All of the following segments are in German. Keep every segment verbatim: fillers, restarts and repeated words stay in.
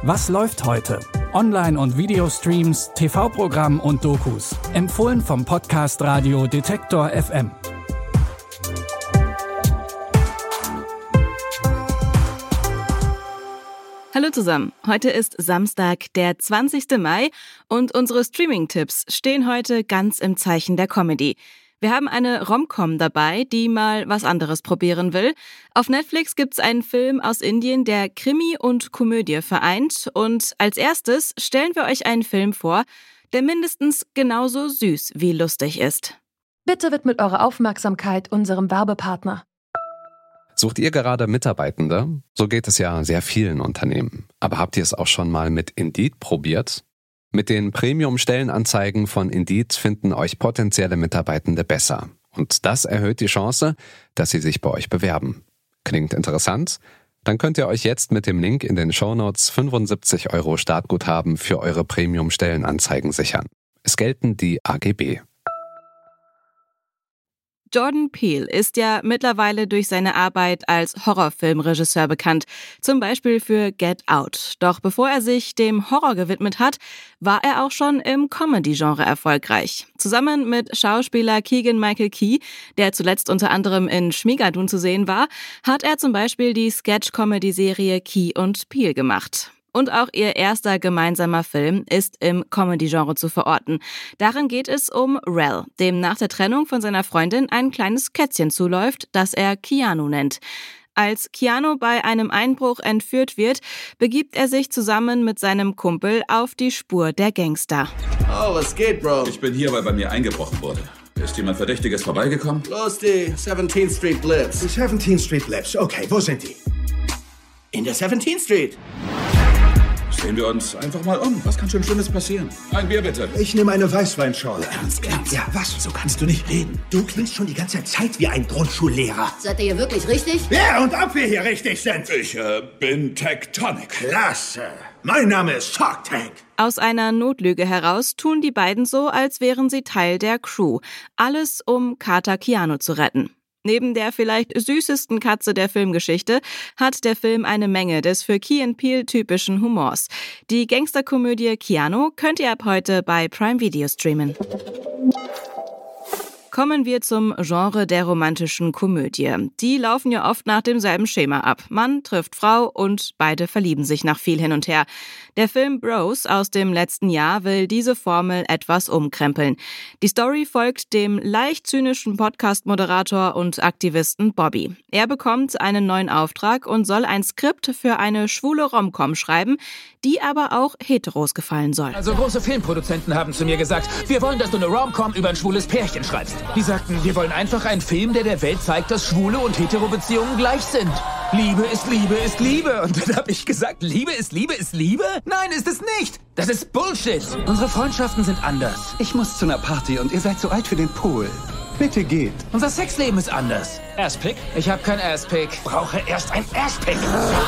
Was läuft heute? Online- und Videostreams, T V-Programm und Dokus. Empfohlen vom Podcast Radio Detektor F M. Hallo zusammen, heute ist Samstag, der zwanzigster Mai und unsere Streaming-Tipps stehen heute ganz im Zeichen der Comedy. Wir haben eine Rom-Com dabei, die mal was anderes probieren will. Auf Netflix gibt's einen Film aus Indien, der Krimi und Komödie vereint. Und als erstes stellen wir euch einen Film vor, der mindestens genauso süß wie lustig ist. Bitte widmet eure Aufmerksamkeit unserem Werbepartner. Sucht ihr gerade Mitarbeitende? So geht es ja sehr vielen Unternehmen. Aber habt ihr es auch schon mal mit Indeed probiert? Mit den Premium-Stellenanzeigen von Indeed finden euch potenzielle Mitarbeitende besser. Und das erhöht die Chance, dass sie sich bei euch bewerben. Klingt interessant? Dann könnt ihr euch jetzt mit dem Link in den Shownotes fünfundsiebzig Euro Startguthaben für eure Premium-Stellenanzeigen sichern. Es gelten die A G B. Jordan Peele ist ja mittlerweile durch seine Arbeit als Horrorfilmregisseur bekannt, zum Beispiel für Get Out. Doch bevor er sich dem Horror gewidmet hat, war er auch schon im Comedy-Genre erfolgreich. Zusammen mit Schauspieler Keegan-Michael Key, der zuletzt unter anderem in Schmigadoon zu sehen war, hat er zum Beispiel die Sketch-Comedy-Serie Key und Peele gemacht. Und auch ihr erster gemeinsamer Film ist im Comedy-Genre zu verorten. Darin geht es um Rel, dem nach der Trennung von seiner Freundin ein kleines Kätzchen zuläuft, das er Keanu nennt. Als Keanu bei einem Einbruch entführt wird, begibt er sich zusammen mit seinem Kumpel auf die Spur der Gangster. Oh, was geht, Bro? Ich bin hier, weil bei mir eingebrochen wurde. Ist jemand Verdächtiges vorbeigekommen? Los, die seventeenth Street Blips. Die seventeenth Street Blips, okay, wo sind die? In der seventeenth Street. Sehen wir uns einfach mal um. Was kann schon Schlimmes passieren? Ein Bier bitte. Ich nehme eine Weißweinschorle. Ernst, ernst? Ja, was? So kannst du nicht reden. Du klingst schon die ganze Zeit wie ein Grundschullehrer. Seid ihr hier wirklich richtig? Ja, und ob wir hier richtig sind. Ich äh, bin Tectonic. Klasse. Mein Name ist Shark Tank. Aus einer Notlüge heraus tun die beiden so, als wären sie Teil der Crew. Alles, um Kater Keanu zu retten. Neben der vielleicht süßesten Katze der Filmgeschichte hat der Film eine Menge des für Key and Peele typischen Humors. Die Gangsterkomödie Keanu könnt ihr ab heute bei Prime Video streamen. Kommen wir zum Genre der romantischen Komödie. Die laufen ja oft nach demselben Schema ab. Mann trifft Frau und beide verlieben sich nach viel hin und her. Der Film Bros aus dem letzten Jahr will diese Formel etwas umkrempeln. Die Story folgt dem leicht zynischen Podcast-Moderator und Aktivisten Bobby. Er bekommt einen neuen Auftrag und soll ein Skript für eine schwule Rom-Com schreiben, die aber auch Heteros gefallen soll. Also große Filmproduzenten haben zu mir gesagt, wir wollen, dass du eine Rom-Com über ein schwules Pärchen schreibst. Die sagten, wir wollen einfach einen Film, der der Welt zeigt, dass schwule und hetero Beziehungen gleich sind. Liebe ist Liebe ist Liebe. Und dann habe ich gesagt, Liebe ist Liebe ist Liebe? Nein, ist es nicht. Das ist Bullshit. Unsere Freundschaften sind anders. Ich muss zu einer Party und ihr seid zu alt für den Pool. Bitte geht. Unser Sexleben ist anders. Asspick? Ich habe kein Asspick. Brauche erst ein Asspick.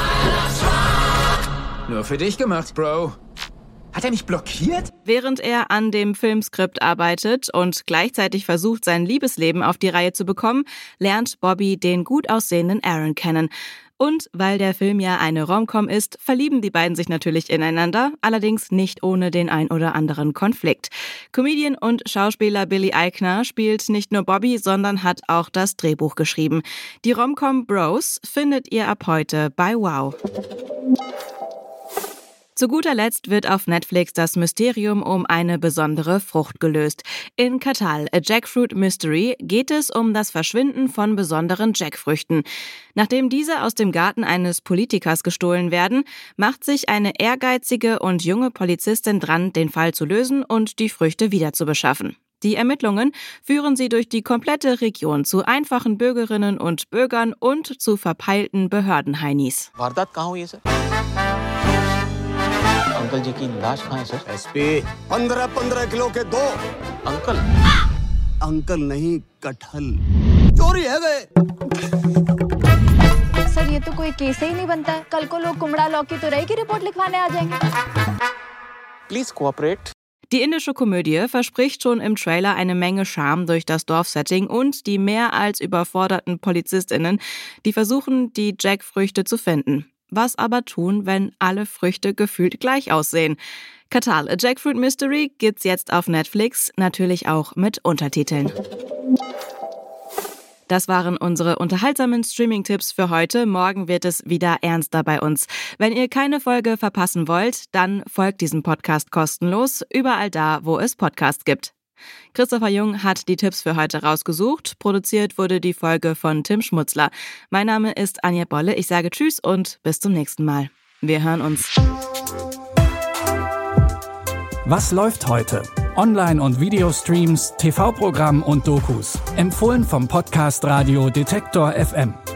Nur für dich gemacht, Bro. Hat er mich blockiert? Während er an dem Filmskript arbeitet und gleichzeitig versucht, sein Liebesleben auf die Reihe zu bekommen, lernt Bobby den gut aussehenden Aaron kennen. Und weil der Film ja eine Rom-Com ist, verlieben die beiden sich natürlich ineinander, allerdings nicht ohne den ein oder anderen Konflikt. Comedian und Schauspieler Billy Eichner spielt nicht nur Bobby, sondern hat auch das Drehbuch geschrieben. Die Rom-Com Bros findet ihr ab heute bei Wow. Zu guter Letzt wird auf Netflix das Mysterium um eine besondere Frucht gelöst. In Katal, A Jackfruit Mystery, geht es um das Verschwinden von besonderen Jackfrüchten. Nachdem diese aus dem Garten eines Politikers gestohlen werden, macht sich eine ehrgeizige und junge Polizistin dran, den Fall zu lösen und die Früchte wiederzubeschaffen. Die Ermittlungen führen sie durch die komplette Region zu einfachen Bürgerinnen und Bürgern und zu verpeilten Behördenheinis. अंकल जी की लाश कहाँ है सर? एसपी पंद्रह पंद्रह किलो के दो अंकल अंकल नहीं कटहल चोरी है गए सर ये तो कोई केस ही नहीं बनता है कल को लोग कुमड़ा लौकी तो रही की रिपोर्ट लिखवाने आ जाएंगे प्लीज कोऑपरेट Die indische Komödie verspricht schon im Trailer eine Menge Charme durch das Dorfsetting und die mehr als überforderten PolizistInnen, die versuchen, die Jackfrüchte zu finden. Was aber tun, wenn alle Früchte gefühlt gleich aussehen? Katal, A Jackfruit Mystery gibt's jetzt auf Netflix, natürlich auch mit Untertiteln. Das waren unsere unterhaltsamen Streaming-Tipps für heute. Morgen wird es wieder ernster bei uns. Wenn ihr keine Folge verpassen wollt, dann folgt diesem Podcast kostenlos, überall da, wo es Podcasts gibt. Christopher Jung hat die Tipps für heute rausgesucht. Produziert wurde die Folge von Tim Schmutzler. Mein Name ist Anja Bolle. Ich sage Tschüss und bis zum nächsten Mal. Wir hören uns. Was läuft heute? Online- und Videostreams, T V-Programm und Dokus. Empfohlen vom Podcast Radio Detektor F M.